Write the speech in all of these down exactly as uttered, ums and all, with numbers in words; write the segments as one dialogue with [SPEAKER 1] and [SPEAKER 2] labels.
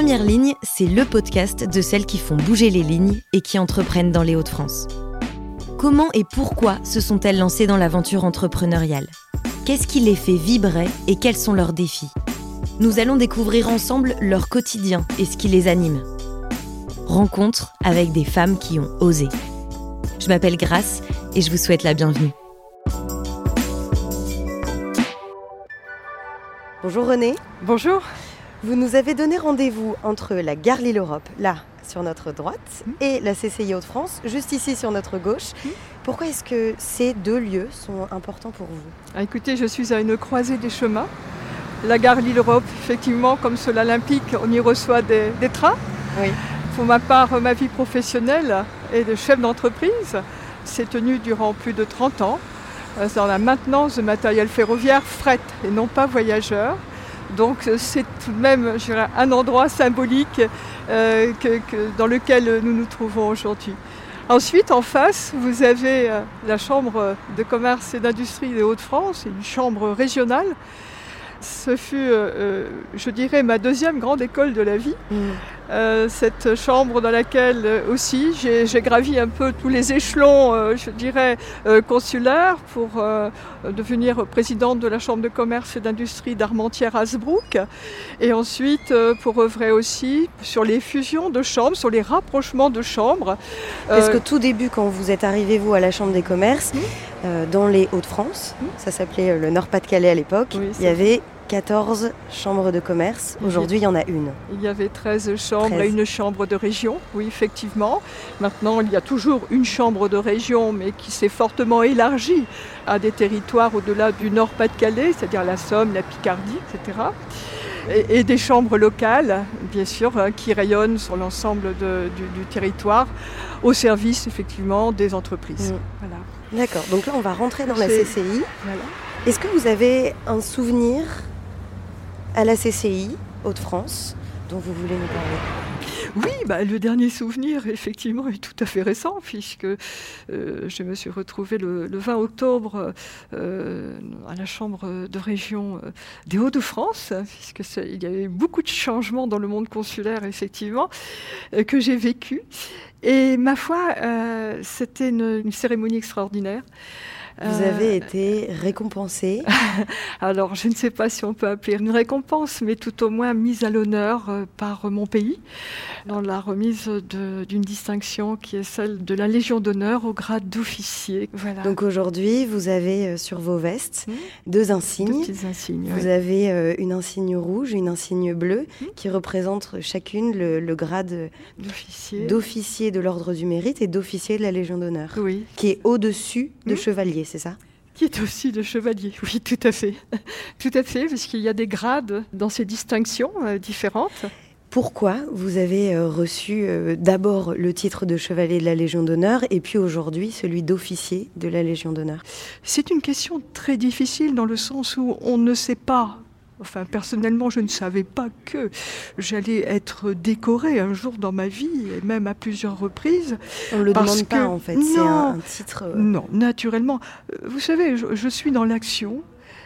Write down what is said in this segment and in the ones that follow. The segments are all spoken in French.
[SPEAKER 1] Première ligne, c'est le podcast de celles qui font bouger les lignes et qui entreprennent dans les Hauts-de-France. Comment et pourquoi se sont-elles lancées dans l'aventure entrepreneuriale ? Qu'est-ce qui les fait vibrer et quels sont leurs défis ? Nous allons découvrir ensemble leur quotidien et ce qui les anime. Rencontre avec des femmes qui ont osé. Je m'appelle Grace et je vous souhaite la bienvenue. Bonjour Renée.
[SPEAKER 2] Bonjour.
[SPEAKER 1] Vous nous avez donné rendez-vous entre la gare Lille-Europe, là, sur notre droite, mmh. et la C C I Hauts-de-France, juste ici sur notre gauche. Mmh. Pourquoi est-ce que ces deux lieux sont importants pour vous ?
[SPEAKER 2] Ah, écoutez, je suis à une croisée des chemins. La gare Lille-Europe, effectivement, comme sur l'Olympique, on y reçoit des, des trains.
[SPEAKER 1] Oui.
[SPEAKER 2] Pour ma part, ma vie professionnelle et de chef d'entreprise s'est tenue durant plus de trente ans dans la maintenance de matériel ferroviaire fret et non pas voyageurs. Donc c'est tout de même, je dirais, un endroit symbolique euh, que, que, dans lequel nous nous trouvons aujourd'hui. Ensuite, en face, vous avez euh, la Chambre de commerce et d'industrie des Hauts-de-France, une chambre régionale. Ce fut, euh, je dirais, ma deuxième grande école de la vie. Mmh. Euh, cette chambre dans laquelle euh, aussi j'ai, j'ai gravi un peu tous les échelons, euh, je dirais, euh, consulaires pour euh, devenir présidente de la Chambre de commerce et d'industrie d'Armentières-Hasbrouck. Et ensuite, euh, pour œuvrer aussi sur les fusions de chambres, sur les rapprochements de chambres.
[SPEAKER 1] Parce euh, que tout début, quand vous êtes arrivé, vous, à la Chambre des commerces, mmh. euh, dans les Hauts-de-France, mmh. ça s'appelait le Nord-Pas-de-Calais à l'époque, oui, il y avait quatorze chambres de commerce. Aujourd'hui, il y en a une.
[SPEAKER 2] Il y avait treize chambres et une chambre de région, oui, effectivement. Maintenant, il y a toujours une chambre de région, mais qui s'est fortement élargie à des territoires au-delà du Nord-Pas-de-Calais, c'est-à-dire la Somme, la Picardie, et cetera. Et, et des chambres locales, bien sûr, hein, qui rayonnent sur l'ensemble de, du, du territoire, au service, effectivement, des entreprises. Mmh. Voilà.
[SPEAKER 1] D'accord. Donc là, on va rentrer dans la C'est... C C I. Voilà. Est-ce que vous avez un souvenir à la C C I Hauts-de-France dont vous voulez nous parler ?
[SPEAKER 2] Oui, bah, le dernier souvenir, effectivement, est tout à fait récent, puisque euh, je me suis retrouvée le, le vingt octobre euh, à la Chambre de région des Hauts-de-France, puisqu'il y avait beaucoup de changements dans le monde consulaire, effectivement, euh, que j'ai vécu. Et ma foi, euh, c'était une, une cérémonie extraordinaire.
[SPEAKER 1] Vous avez euh, été récompensée.
[SPEAKER 2] Alors, je ne sais pas si on peut appeler une récompense, mais tout au moins mise à l'honneur euh, par mon pays dans la remise de, d'une distinction qui est celle de la Légion d'honneur au grade d'officier.
[SPEAKER 1] Voilà. Donc aujourd'hui, vous avez euh, sur vos vestes mmh. deux insignes.
[SPEAKER 2] Deux petits insignes.
[SPEAKER 1] Vous
[SPEAKER 2] oui.
[SPEAKER 1] avez euh, une insigne rouge, une insigne bleue, mmh. qui représentent chacune le, le grade
[SPEAKER 2] d'officier.
[SPEAKER 1] d'officier de l'Ordre du Mérite et d'officier de la Légion d'honneur,
[SPEAKER 2] oui.
[SPEAKER 1] qui est au-dessus de mmh. chevalier. C'est ça ?
[SPEAKER 2] Qui est aussi de chevalier, oui, tout à fait. Tout à fait, parce qu'il y a des grades dans ces distinctions euh, différentes.
[SPEAKER 1] Pourquoi vous avez euh, reçu euh, d'abord le titre de chevalier de la Légion d'honneur et puis aujourd'hui celui d'officier de la Légion d'honneur ?
[SPEAKER 2] C'est une question très difficile dans le sens où on ne sait pas. Enfin, personnellement, je ne savais pas que j'allais être décorée un jour dans ma vie, et même à plusieurs reprises.
[SPEAKER 1] On ne le
[SPEAKER 2] parce
[SPEAKER 1] demande
[SPEAKER 2] que...
[SPEAKER 1] pas, en fait.
[SPEAKER 2] Non,
[SPEAKER 1] c'est un, un titre... Euh...
[SPEAKER 2] Non, naturellement. Vous savez, je, je suis dans l'action,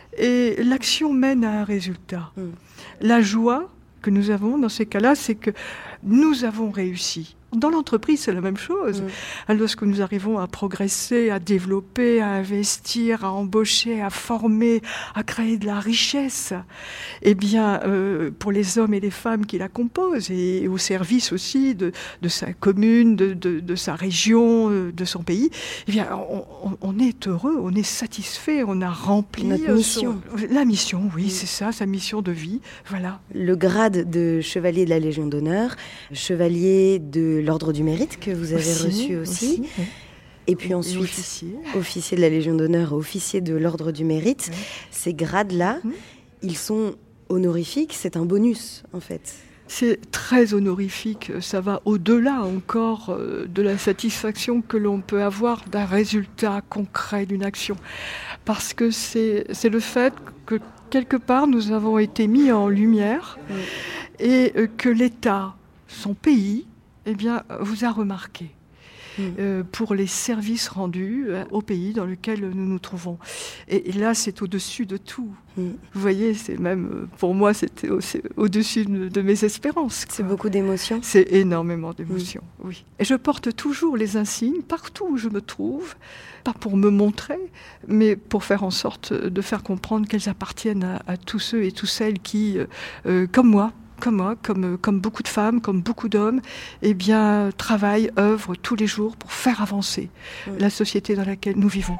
[SPEAKER 2] et l'action mène à un résultat. Mm. La joie que nous avons dans ces cas-là, c'est que nous avons réussi. Dans l'entreprise, c'est la même chose. Mmh. Lorsque nous arrivons à progresser, à développer, à investir, à embaucher, à former, à créer de la richesse, eh bien, euh, pour les hommes et les femmes qui la composent, et, et au service aussi de, de sa commune, de, de, de sa région, euh, de son pays, eh bien, on, on, on est heureux, on est satisfait, on a rempli
[SPEAKER 1] notre mission.
[SPEAKER 2] Son, la mission, oui, mmh. c'est ça, sa mission de vie, voilà.
[SPEAKER 1] Le grade de chevalier de la Légion d'honneur, chevalier de l'Ordre du Mérite que vous avez aussi, reçu aussi. aussi oui. Et puis ensuite, et officier. officier de la Légion d'honneur, officier de l'Ordre du Mérite. Oui. Ces grades-là, mmh. ils sont honorifiques, c'est un bonus en fait.
[SPEAKER 2] C'est très honorifique, ça va au-delà encore de la satisfaction que l'on peut avoir d'un résultat concret d'une action. Parce que c'est, c'est le fait que quelque part nous avons été mis en lumière mmh. et que l'État, son pays, eh bien, vous a remarqué. mmh. euh, pour les services rendus euh, au pays dans lequel nous nous trouvons. Et, et là, c'est au-dessus de tout. Mmh. Vous voyez, c'est même, pour moi, c'était au, c'est au-dessus de, de mes espérances.
[SPEAKER 1] Quoi. C'est beaucoup d'émotions.
[SPEAKER 2] C'est énormément d'émotions, mmh. oui. Et je porte toujours les insignes partout où je me trouve, pas pour me montrer, mais pour faire en sorte de faire comprendre qu'elles appartiennent à, à tous ceux et toutes celles qui, euh, comme moi, comme moi, comme, comme beaucoup de femmes, comme beaucoup d'hommes, eh bien, travaillent, œuvrent tous les jours pour faire avancer mmh. la société dans laquelle nous vivons.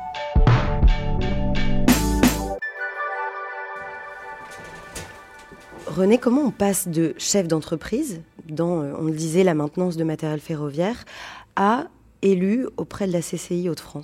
[SPEAKER 1] René, comment on passe de chef d'entreprise, dans, on le disait, la maintenance de matériel ferroviaire, à élu auprès de la C C I Hauts-de-France ?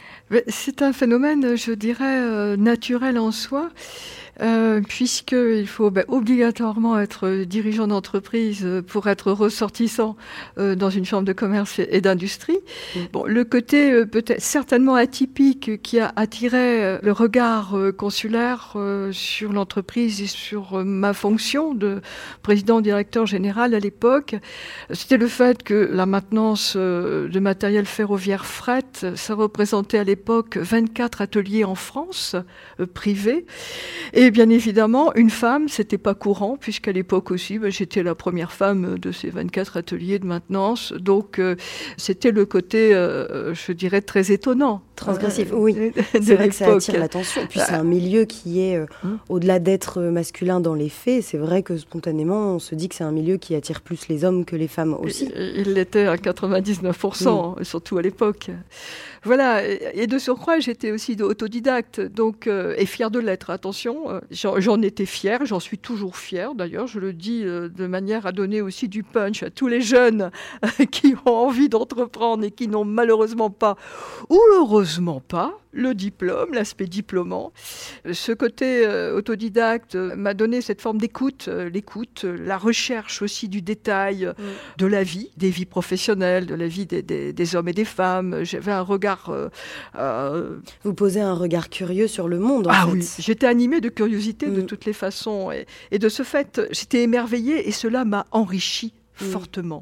[SPEAKER 2] C'est un phénomène, je dirais, euh, naturel en soi, euh, puisqu'il faut ben, obligatoirement être dirigeant d'entreprise pour être ressortissant euh, dans une chambre de commerce et d'industrie. Mmh. Bon, le côté euh, peut-être certainement atypique qui a attiré euh, le regard euh, consulaire euh, sur l'entreprise et sur euh, ma fonction de président-directeur général à l'époque, c'était le fait que la maintenance euh, de matériel ferroviaire fret, ça représentait à l'époque l'époque vingt-quatre ateliers en France, euh, privés. Et bien évidemment, une femme, c'était pas courant, puisqu'à l'époque aussi, ben, j'étais la première femme de ces vingt-quatre ateliers de maintenance. Donc, euh, c'était le côté, euh, je dirais, très étonnant.
[SPEAKER 1] Transgressif, euh, oui. De, de c'est vrai l'époque. Que ça attire l'attention. Puis c'est un milieu qui est, euh, hum. au-delà d'être masculin dans les faits, c'est vrai que spontanément, on se dit que c'est un milieu qui attire plus les hommes que les femmes aussi.
[SPEAKER 2] Il l'était à quatre-vingt-dix-neuf pour cent, hum. surtout à l'époque. Voilà, et de surcroît, j'étais aussi autodidacte, donc, euh, et fière de l'être, attention, euh, j'en, j'en étais fière, j'en suis toujours fière d'ailleurs, je le dis euh, de manière à donner aussi du punch à tous les jeunes euh, qui ont envie d'entreprendre et qui n'ont malheureusement pas, ou heureusement pas, le diplôme, l'aspect diplômant. Ce côté euh, autodidacte euh, m'a donné cette forme d'écoute, euh, l'écoute, euh, la recherche aussi du détail euh, mmh. de la vie, des vies professionnelles, de la vie des, des, des hommes et des femmes. J'avais un regard... Euh,
[SPEAKER 1] euh... Vous posez un regard curieux sur le monde, en
[SPEAKER 2] ah
[SPEAKER 1] fait.
[SPEAKER 2] Ah oui, j'étais animée de curiosité mmh. de toutes les façons. Et, et de ce fait, j'étais émerveillée et cela m'a enrichie mmh. fortement.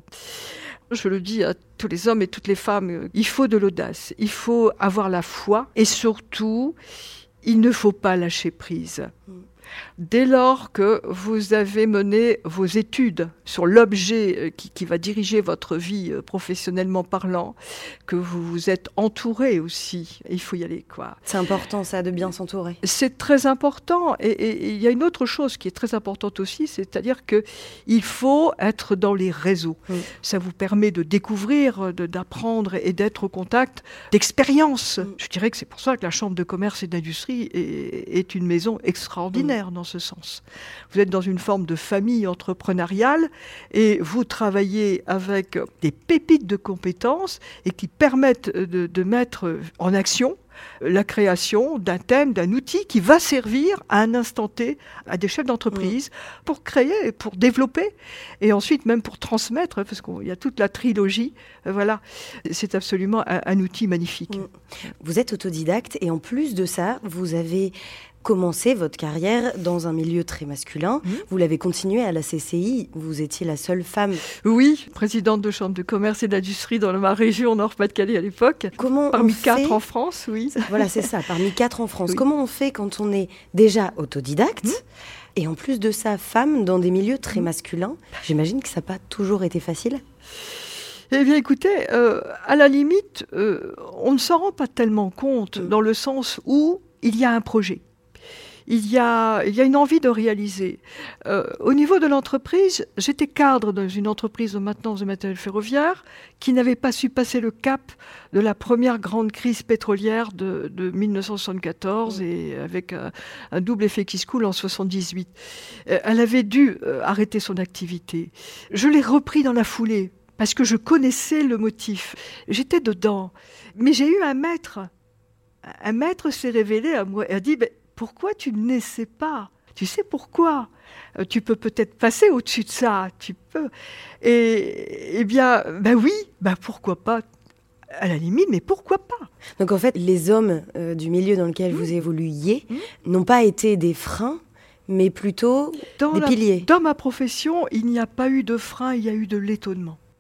[SPEAKER 2] Je le dis à tous les hommes et toutes les femmes, il faut de l'audace, il faut avoir la foi et surtout, il ne faut pas lâcher prise. Dès lors que vous avez mené vos études sur l'objet qui, qui va diriger votre vie professionnellement parlant, que vous vous êtes entouré aussi, il faut y aller, quoi.
[SPEAKER 1] C'est important, ça, de bien s'entourer.
[SPEAKER 2] C'est très important. Et il y a une autre chose qui est très importante aussi, c'est-à-dire qu'il faut être dans les réseaux. Mmh. Ça vous permet de découvrir, de, d'apprendre et d'être au contact d'expériences. Mmh. Je dirais que c'est pour ça que la Chambre de commerce et d'industrie est, est une maison extraordinaire. Mmh. Dans ce sens. Vous êtes dans une forme de famille entrepreneuriale et vous travaillez avec des pépites de compétences et qui permettent de, de mettre en action la création d'un thème, d'un outil qui va servir à un instant T à des chefs d'entreprise mmh. pour créer, pour développer et ensuite même pour transmettre, parce qu'il y a toute la trilogie. Voilà, c'est absolument un, un outil magnifique. Mmh.
[SPEAKER 1] Vous êtes autodidacte et en plus de ça, vous avez commencé votre carrière dans un milieu très masculin. Mmh. Vous l'avez continué à la C C I. Vous étiez la seule femme.
[SPEAKER 2] Oui, présidente de chambre de commerce et d'industrie dans ma région Nord-Pas-de-Calais à l'époque.
[SPEAKER 1] Comment
[SPEAKER 2] Parmi
[SPEAKER 1] on fait...
[SPEAKER 2] quatre en France, oui.
[SPEAKER 1] Voilà, c'est ça, parmi quatre en France.
[SPEAKER 2] Oui.
[SPEAKER 1] Comment on fait quand on est déjà autodidacte mmh. et en plus de ça, femme dans des milieux très mmh. masculins? J'imagine que ça n'a pas toujours été facile.
[SPEAKER 2] Eh bien, écoutez, euh, à la limite, euh, on ne s'en rend pas tellement compte mmh. dans le sens où il y a un projet. Il y a, il y a une envie de réaliser. Euh, au niveau de l'entreprise, j'étais cadre dans une entreprise de maintenance de matériel ferroviaire qui n'avait pas su passer le cap de la première grande crise pétrolière de, de dix-neuf cent soixante-quatorze et avec un, un double effet qui se coule en soixante-dix-huit. Euh, elle avait dû euh, arrêter son activité. Je l'ai repris dans la foulée parce que je connaissais le motif. J'étais dedans. Mais j'ai eu un maître. Un maître s'est révélé à moi et a dit... Ben, pourquoi tu ne sais pas? Tu sais pourquoi? euh, Tu peux peut-être passer au-dessus de ça, tu peux. Et, eh bien, ben oui, ben pourquoi pas? À la limite, mais pourquoi pas?
[SPEAKER 1] Donc en fait, les hommes euh, du milieu dans lequel mmh. vous évoluiez mmh. n'ont pas été des freins, mais plutôt
[SPEAKER 2] dans
[SPEAKER 1] des
[SPEAKER 2] la,
[SPEAKER 1] piliers.
[SPEAKER 2] Dans ma profession, il n'y a pas eu de frein, il y a eu de l'étonnement.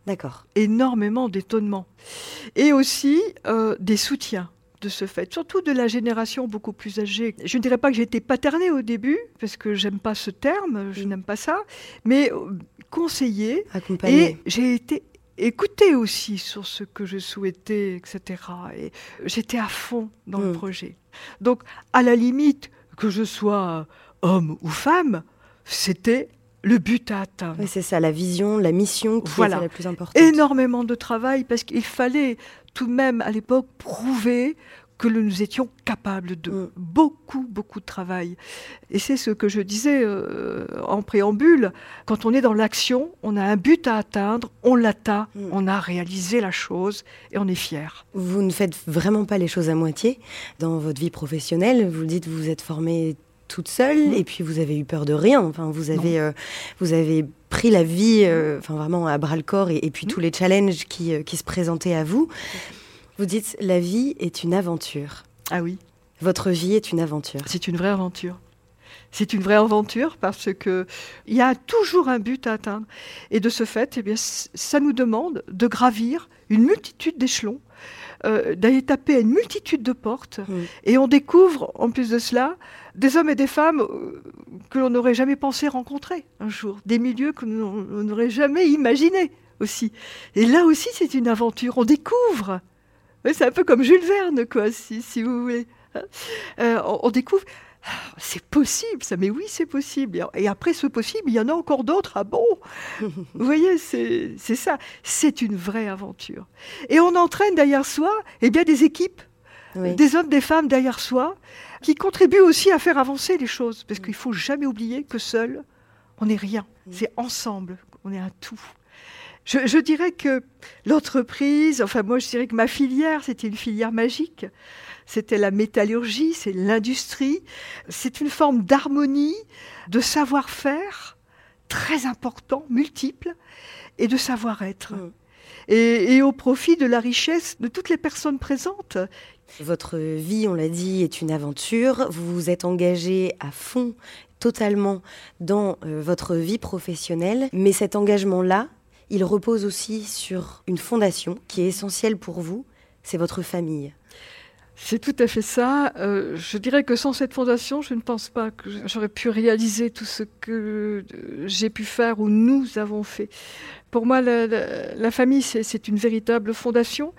[SPEAKER 1] D'accord.
[SPEAKER 2] Énormément d'étonnement. Et aussi euh, des soutiens de ce fait, surtout de la génération beaucoup plus âgée. Je ne dirais pas que j'ai été paternée au début, parce que j'aime pas ce terme, je mmh. n'aime pas ça, mais conseillée.
[SPEAKER 1] Accompagnée.
[SPEAKER 2] Et j'ai été écoutée aussi sur ce que je souhaitais, et cetera. Et j'étais à fond dans mmh. le projet. Donc, à la limite, que je sois homme ou femme, c'était le but à atteindre.
[SPEAKER 1] Oui, c'est ça, la vision, la mission qui
[SPEAKER 2] voilà.
[SPEAKER 1] était la plus importante.
[SPEAKER 2] Énormément de travail, parce qu'il fallait tout de même, à l'époque, prouver que nous étions capables de mmh. beaucoup, beaucoup de travail. Et c'est ce que je disais euh, en préambule. Quand on est dans l'action, on a un but à atteindre, on l'atteint, mmh. on a réalisé la chose et on est fier.
[SPEAKER 1] Vous ne faites vraiment pas les choses à moitié. Dans votre vie professionnelle, vous le dites, vous êtes formée toute seule, mmh. et puis vous avez eu peur de rien. Enfin, vous avez, euh, vous avez pris la vie, euh, enfin vraiment à bras le corps, et, et puis mmh. tous les challenges qui, euh, qui se présentaient à vous. Vous dites, la vie est une aventure.
[SPEAKER 2] Ah oui.
[SPEAKER 1] Votre vie est une aventure.
[SPEAKER 2] C'est une vraie aventure. C'est une vraie aventure parce que il y a toujours un but à atteindre. Et de ce fait, eh bien, ça nous demande de gravir une multitude d'échelons, euh, d'aller taper à une multitude de portes. Mmh. Et on découvre, en plus de cela, des hommes et des femmes que l'on n'aurait jamais pensé rencontrer un jour. Des milieux que l'on n'aurait jamais imaginés aussi. Et là aussi, c'est une aventure. On découvre. C'est un peu comme Jules Verne, quoi, si, si vous voulez. Euh, on, on découvre, c'est possible, ça, mais oui, c'est possible. Et après ce possible, il y en a encore d'autres. Ah bon? Vous voyez, c'est, c'est ça. C'est une vraie aventure. Et on entraîne derrière soi eh bien, des équipes, oui. des hommes, des femmes derrière soi, qui contribuent aussi à faire avancer les choses. Parce qu'il ne faut jamais oublier que seul, on n'est rien. C'est ensemble, on est un tout. Je, je dirais que l'entreprise, enfin moi je dirais que ma filière, c'était une filière magique. C'était la métallurgie, c'est l'industrie. C'est une forme d'harmonie, de savoir-faire très important, multiple, et de savoir-être. Mmh. Et, et au profit de la richesse de toutes les personnes présentes.
[SPEAKER 1] Votre vie, on l'a dit, est une aventure. Vous vous êtes engagé à fond, totalement, dans euh, votre vie professionnelle. Mais cet engagement-là, il repose aussi sur une fondation qui est essentielle pour vous, c'est votre famille.
[SPEAKER 2] C'est tout à fait ça. Euh, je dirais que sans cette fondation, je ne pense pas que j'aurais pu réaliser tout ce que j'ai pu faire ou nous avons fait. Pour moi, la, la, la famille, c'est, c'est une véritable fondation.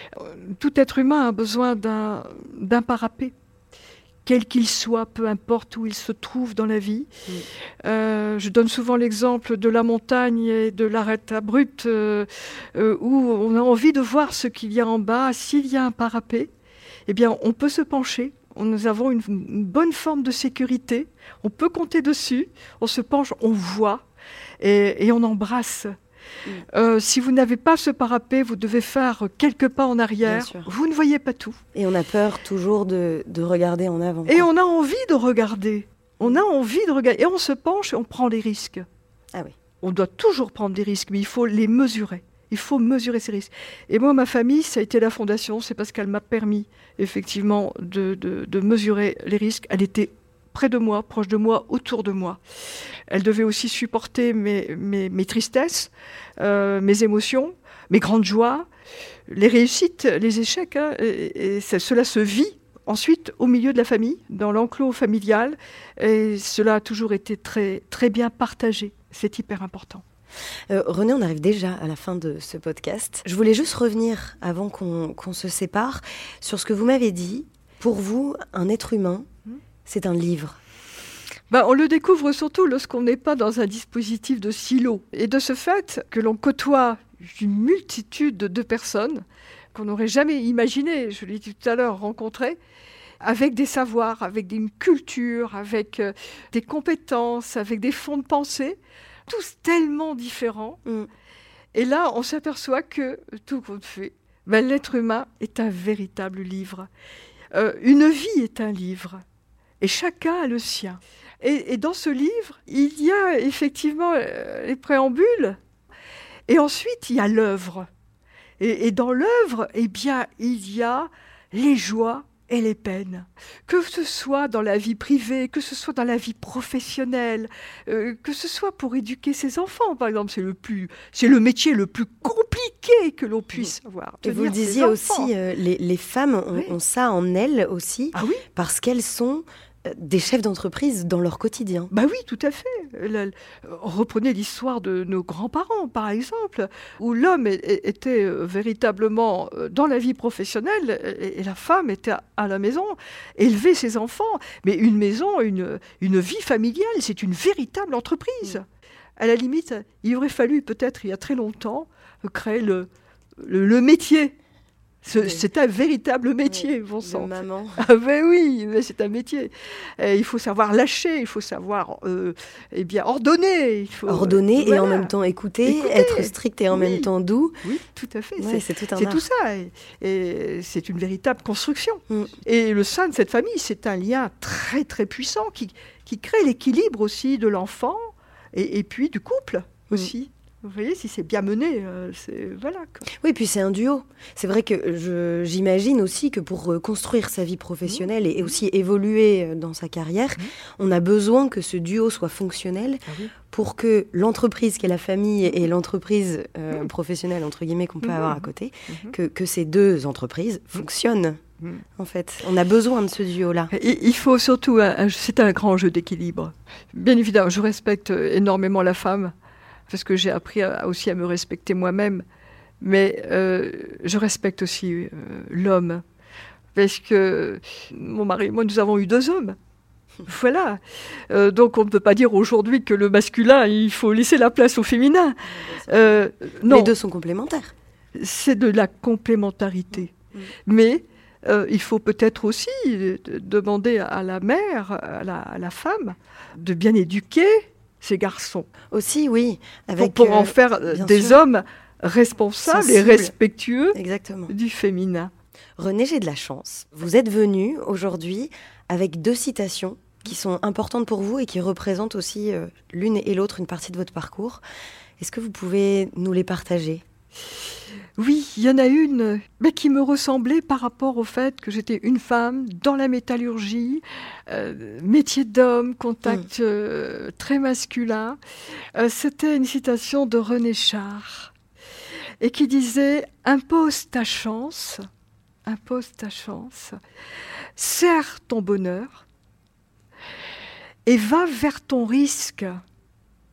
[SPEAKER 2] Tout être humain a besoin d'un, d'un parapet. Quel qu'il soit, peu importe où il se trouve dans la vie. Mmh. Euh, je donne souvent l'exemple de la montagne et de l'arête abrupte, euh, euh, où on a envie de voir ce qu'il y a en bas. S'il y a un parapet, eh bien, on peut se pencher. Nous avons une, une bonne forme de sécurité. On peut compter dessus. On se penche, on voit et, et on embrasse. Mmh. Euh, si vous n'avez pas ce parapet, vous devez faire quelques pas en arrière. Vous ne voyez pas tout.
[SPEAKER 1] Et on a peur toujours de, de regarder en avant.
[SPEAKER 2] Et quoi. On a envie de regarder. On a envie de regarder. Et on se penche et on prend des risques.
[SPEAKER 1] Ah oui.
[SPEAKER 2] On doit toujours prendre des risques, mais il faut les mesurer. Il faut mesurer ces risques. Et moi, ma famille, ça a été la fondation. C'est parce qu'elle m'a permis, effectivement, de, de, de mesurer les risques. Elle était près de moi, proche de moi, autour de moi. Elle devait aussi supporter mes, mes, mes tristesses, euh, mes émotions, mes grandes joies, les réussites, les échecs. Hein, et, et ça, cela se vit ensuite au milieu de la famille, dans l'enclos familial. Et cela a toujours été très, très bien partagé. C'est hyper important.
[SPEAKER 1] Euh, Renée, on arrive déjà à la fin de ce podcast. Je voulais juste revenir, avant qu'on, qu'on se sépare, sur ce que vous m'avez dit. Pour vous, un être humain, c'est un livre.
[SPEAKER 2] Ben, on le découvre surtout lorsqu'on n'est pas dans un dispositif de silo. Et de ce fait, que l'on côtoie une multitude de personnes qu'on n'aurait jamais imaginé, je l'ai dit tout à l'heure, rencontrer, avec des savoirs, avec une culture, avec euh, des compétences, avec des fonds de pensée, tous tellement différents. Mm. Et là, on s'aperçoit que, tout compte fait, ben, l'être humain est un véritable livre. Euh, une vie est un livre. Et chacun a le sien. Et, et dans ce livre, il y a effectivement euh, les préambules. Et ensuite, il y a l'œuvre. Et, et dans l'œuvre, eh bien, il y a les joies et les peines, que ce soit dans la vie privée, que ce soit dans la vie professionnelle, euh, que ce soit pour éduquer ses enfants, par exemple, c'est le plus, c'est le métier le plus compliqué que l'on puisse avoir.
[SPEAKER 1] Et vous le disiez aussi, euh, les, les femmes ont,
[SPEAKER 2] oui.
[SPEAKER 1] ont ça en elles aussi,
[SPEAKER 2] ah oui
[SPEAKER 1] parce qu'elles sont des chefs d'entreprise dans leur quotidien.
[SPEAKER 2] Bah oui, tout à fait. Le, reprenez l'histoire de nos grands-parents, par exemple, où l'homme était véritablement dans la vie professionnelle et la femme était à la maison, élever ses enfants. Mais une maison, une, une vie familiale, c'est une véritable entreprise. À la limite, il aurait fallu peut-être, il y a très longtemps, créer le, le, le métier. Ce, c'est un véritable métier, bon sang.
[SPEAKER 1] Maman.
[SPEAKER 2] Ah ben oui, mais c'est un métier. Et il faut savoir lâcher, il faut savoir euh, eh bien, ordonner. Il faut,
[SPEAKER 1] ordonner
[SPEAKER 2] euh, voilà.
[SPEAKER 1] Et en même temps écouter, écouter. Être strict et en
[SPEAKER 2] oui.
[SPEAKER 1] même temps doux.
[SPEAKER 2] Oui, tout à fait.
[SPEAKER 1] Ouais,
[SPEAKER 2] c'est,
[SPEAKER 1] c'est tout un
[SPEAKER 2] c'est
[SPEAKER 1] art.
[SPEAKER 2] tout ça. Et, et c'est une véritable construction.
[SPEAKER 1] Mm.
[SPEAKER 2] Et le sein de cette famille, c'est un lien très très puissant qui, qui crée l'équilibre aussi de l'enfant et, et puis du couple mm. aussi. Vous voyez, si c'est bien mené, euh, c'est voilà. Quoi.
[SPEAKER 1] Oui, puis c'est un duo. C'est vrai que je, j'imagine aussi que pour construire sa vie professionnelle mmh. et aussi évoluer dans sa carrière, mmh. on a besoin que ce duo soit fonctionnel ah oui. pour que l'entreprise qu'est la famille et l'entreprise euh, mmh. professionnelle, entre guillemets, qu'on peut mmh. avoir à côté, mmh. que, que ces deux entreprises fonctionnent. Mmh. En fait, on a besoin de ce duo-là.
[SPEAKER 2] Il faut surtout, un, c'est un grand jeu d'équilibre. Bien évidemment, je respecte énormément la femme, parce que j'ai appris à, aussi à me respecter moi-même. Mais euh, je respecte aussi euh, l'homme. Parce que mon mari et moi, nous avons eu deux hommes. Voilà. Euh, donc on ne peut pas dire aujourd'hui que le masculin, il faut laisser la place au féminin.
[SPEAKER 1] Euh, non. Les deux sont complémentaires.
[SPEAKER 2] C'est de la complémentarité. Mmh. Mais euh, il faut peut-être aussi demander à la mère, à la, à la femme, de bien éduquer ces garçons.
[SPEAKER 1] Aussi, oui.
[SPEAKER 2] Avec, pour, pour euh, en faire des sûr. hommes responsables Sensible. et respectueux
[SPEAKER 1] Exactement.
[SPEAKER 2] du féminin.
[SPEAKER 1] René, j'ai de la chance. Vous êtes venue aujourd'hui avec deux citations qui sont importantes pour vous et qui représentent aussi euh, l'une et l'autre une partie de votre parcours. Est-ce que vous pouvez nous les partager ?
[SPEAKER 2] Oui, il y en a une mais qui me ressemblait par rapport au fait que j'étais une femme dans la métallurgie, euh, métier d'homme, contact mmh. euh, très masculin. Euh, c'était une citation de René Char et qui disait « Impose ta chance, impose ta chance, serre ton bonheur et va vers ton risque. » Voyez-vous ?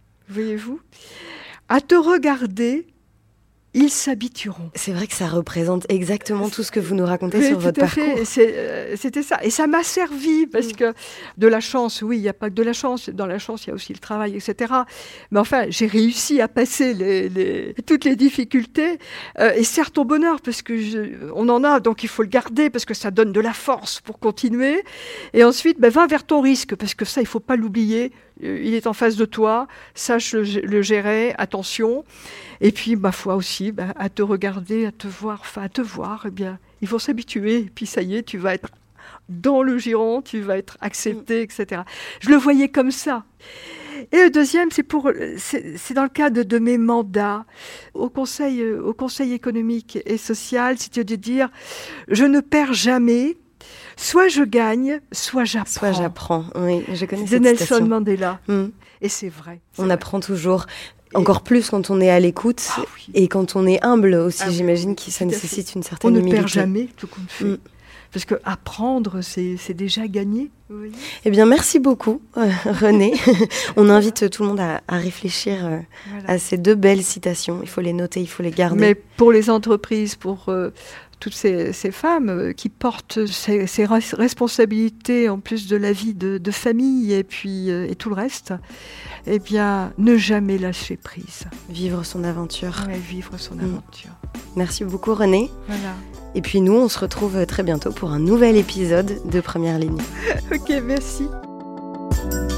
[SPEAKER 2] À te regarder, ils s'habitueront.
[SPEAKER 1] C'est vrai que ça représente exactement tout ce que vous nous racontez
[SPEAKER 2] oui,
[SPEAKER 1] sur votre parcours.
[SPEAKER 2] Fait. C'est, euh, c'était ça. Et ça m'a servi, parce mmh. que de la chance, oui, il n'y a pas que de la chance. Dans la chance, il y a aussi le travail, et cetera. Mais enfin, j'ai réussi à passer les, les, toutes les difficultés. Euh, et serre ton bonheur, parce que je, on en a, donc il faut le garder, parce que ça donne de la force pour continuer. Et ensuite, ben, va vers ton risque, parce que ça, il ne faut pas l'oublier. Il est en face de toi, sache le, le gérer, attention. Et puis, ma foi aussi, bah, à te regarder, à te voir, enfin à te voir, eh bien, ils vont s'habituer. Et puis, ça y est, tu vas être dans le giron, tu vas être accepté, et cetera. Je le voyais comme ça. Et le deuxième, c'est, pour, c'est, c'est dans le cadre de, de mes mandats au Conseil, au Conseil économique et social, c'est de dire, je ne perds jamais. Soit je gagne, soit j'apprends.
[SPEAKER 1] Soit j'apprends, oui, je connais
[SPEAKER 2] de
[SPEAKER 1] cette
[SPEAKER 2] Nelson
[SPEAKER 1] citation.
[SPEAKER 2] Mandela.
[SPEAKER 1] Mmh.
[SPEAKER 2] Et c'est vrai. C'est
[SPEAKER 1] on
[SPEAKER 2] vrai.
[SPEAKER 1] apprend toujours, encore et... plus quand on est à l'écoute ah, oui. et quand on est humble aussi, ah, j'imagine oui, que ça nécessite fait. une certaine
[SPEAKER 2] humilité.
[SPEAKER 1] humilité.
[SPEAKER 2] On ne perd jamais tout qu'on fait. Mmh. Parce que apprendre, c'est, c'est déjà gagné. Oui.
[SPEAKER 1] Eh bien, merci beaucoup, euh, René. On invite tout le monde à, à réfléchir euh, voilà. à ces deux belles citations. Il faut les noter, il faut les garder.
[SPEAKER 2] Mais pour les entreprises, pour... Euh, toutes ces, ces femmes qui portent ces, ces responsabilités en plus de la vie de, de famille et puis euh, et tout le reste, eh bien, ne jamais lâcher prise.
[SPEAKER 1] Vivre son aventure.
[SPEAKER 2] Ouais, vivre son mmh. aventure.
[SPEAKER 1] Merci beaucoup, René.
[SPEAKER 2] Voilà.
[SPEAKER 1] Et puis nous, on se retrouve très bientôt pour un nouvel épisode de Première Ligne.
[SPEAKER 2] Ok, merci.